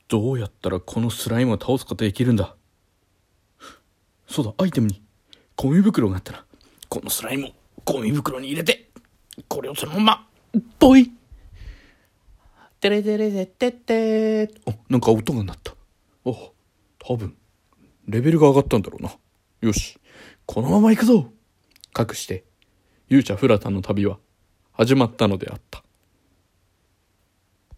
どうやったらこのスライムを倒すことができるんだ。そうだ、アイテムにゴミ袋があったら、このスライムをゴミ袋に入れて、これをそのままポイ。テレテレテテテ。なんか音が鳴った。多分レベルが上がったんだろうな。よし、このまま行くぞ。かくして勇者フラタンの旅は始まったのであった。